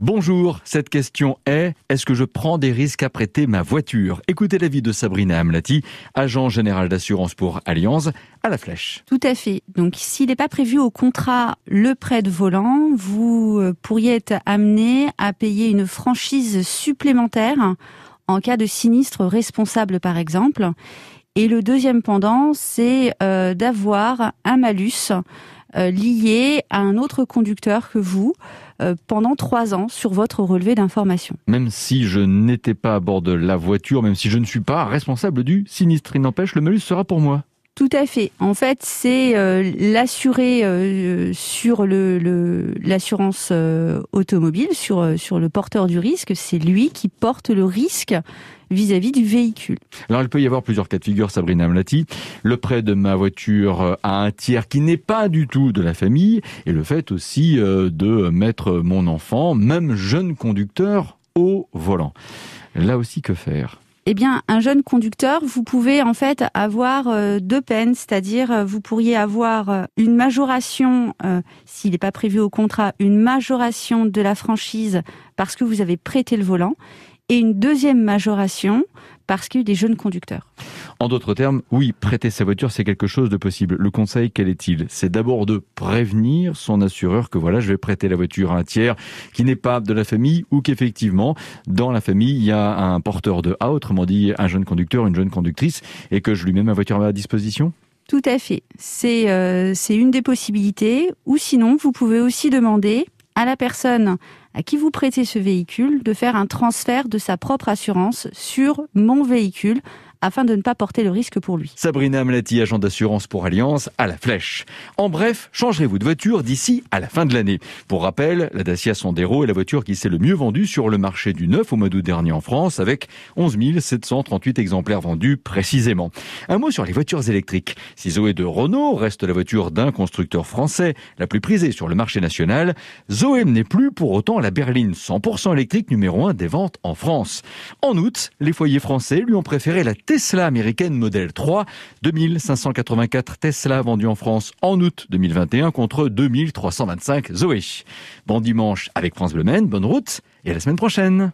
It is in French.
Bonjour, cette question est-ce que je prends des risques à prêter ma voiture? Écoutez l'avis de Sabrina Amlati, agent général d'assurance pour Allianz, à la Flèche. Tout à fait. Donc, s'il n'est pas prévu au contrat le prêt de volant, vous pourriez être amené à payer une franchise supplémentaire en cas de sinistre responsable, par exemple. Et le deuxième pendant, c'est d'avoir un malus lié à un autre conducteur que vous pendant 3 ans sur votre relevé d'information. Même si je n'étais pas à bord de la voiture, même si je ne suis pas responsable du sinistre, il n'empêche, le malus sera pour moi. Tout à fait. En fait, c'est l'assuré sur l'assurance automobile, sur le porteur du risque. C'est lui qui porte le risque vis-à-vis du véhicule. Alors, il peut y avoir plusieurs cas de figure, Sabrina Amlati. Le prêt de ma voiture à un tiers qui n'est pas du tout de la famille, et le fait aussi de mettre mon enfant, même jeune conducteur, au volant. Là aussi, que faire ? Eh bien, un jeune conducteur, vous pouvez en fait avoir deux peines, c'est-à-dire vous pourriez avoir une majoration, s'il n'est pas prévu au contrat, une majoration de la franchise parce que vous avez prêté le volant, et une deuxième majoration parce qu'il y a des jeunes conducteurs. En d'autres termes, oui, prêter sa voiture, c'est quelque chose de possible. Le conseil, quel est-il ? C'est d'abord de prévenir son assureur que voilà, je vais prêter la voiture à un tiers qui n'est pas de la famille, ou qu'effectivement, dans la famille, il y a un porteur de A, autrement dit un jeune conducteur, une jeune conductrice, et que je lui mets ma voiture à disposition ? Tout à fait. C'est une des possibilités. Ou sinon, vous pouvez aussi demander à la personne à qui vous prêtez ce véhicule de faire un transfert de sa propre assurance sur mon véhicule afin de ne pas porter le risque pour lui. Sabrina Amlati, agent d'assurance pour Allianz, à la Flèche. En bref, changerez-vous de voiture d'ici à la fin de l'année. Pour rappel, la Dacia Sandero est la voiture qui s'est le mieux vendue sur le marché du neuf au mois d'août dernier en France, avec 11 738 exemplaires vendus précisément. Un mot sur les voitures électriques. Si Zoé de Renault reste la voiture d'un constructeur français la plus prisée sur le marché national, Zoé n'est plus pour autant la berline 100% électrique numéro 1 des ventes en France. En août, les foyers français lui ont préféré la Tesla américaine Model 3, 2584 Tesla vendus en France en août 2021 contre 2325 Zoé. Bon dimanche avec France Bleu Maine, bonne route et à la semaine prochaine.